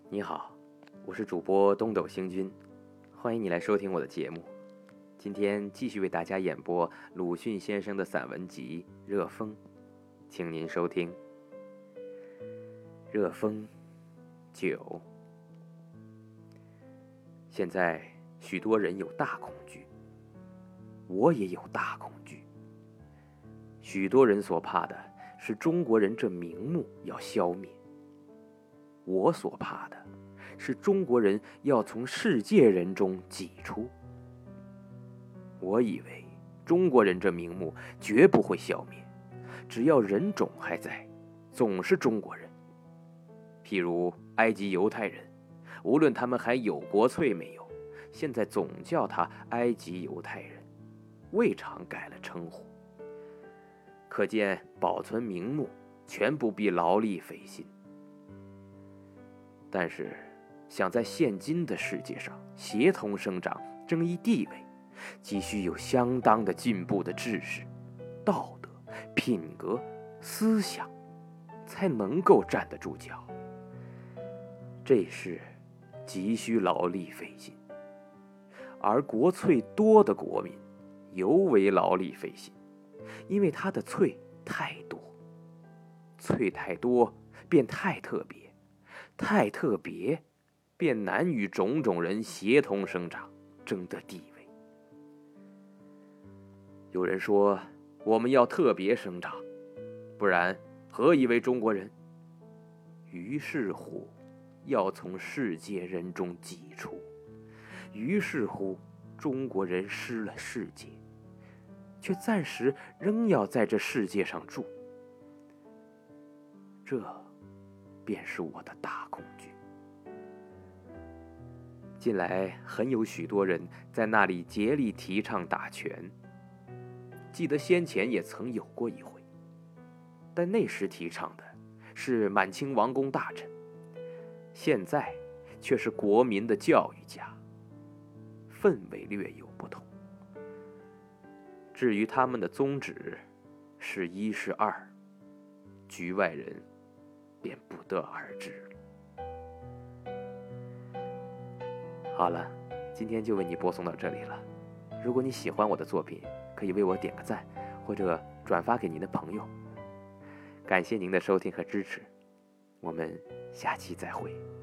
你好，我是主播东斗星君，欢迎你来收听我的节目。今天继续为大家演播鲁迅先生的散文集《热风》，请您收听。热风9。现在许多人有大恐惧，我也有大恐惧。许多人所怕的是中国人这名目要消灭，我所怕的是中国人要从世界人中挤出。我以为中国人这名目绝不会消灭，只要人种还在，总是中国人。譬如埃及犹太人，无论他们还有国粹没有，现在总叫他埃及犹太人，未尝改了称呼。可见保存名目全不必劳力费心。但是想在现今的世界上协同生长，争一地位，急需有相当的进步的知识、道德、品格、思想，才能够站得住脚。这事急需劳力费心，而国粹多的国民尤为劳力费心，因为他的粹太多，粹太多便太特别，太特别便难与种种人协同生长，争得地位。有人说我们要特别生长，不然何以为中国人？于是乎要从世界人中挤出，于是乎中国人失了世界，却暂时仍要在这世界上住。这便是我的大恐惧。近来很有许多人在那里竭力提倡打拳，记得先前也曾有过一回，但那时提倡的是满清王公大臣，现在却是国民的教育家，氛围略有不同。至于他们的宗旨是一是二，局外人便不得而知了。好了，今天就为你播送到这里了。如果你喜欢我的作品，可以为我点个赞，或者转发给您的朋友。感谢您的收听和支持，我们下期再会。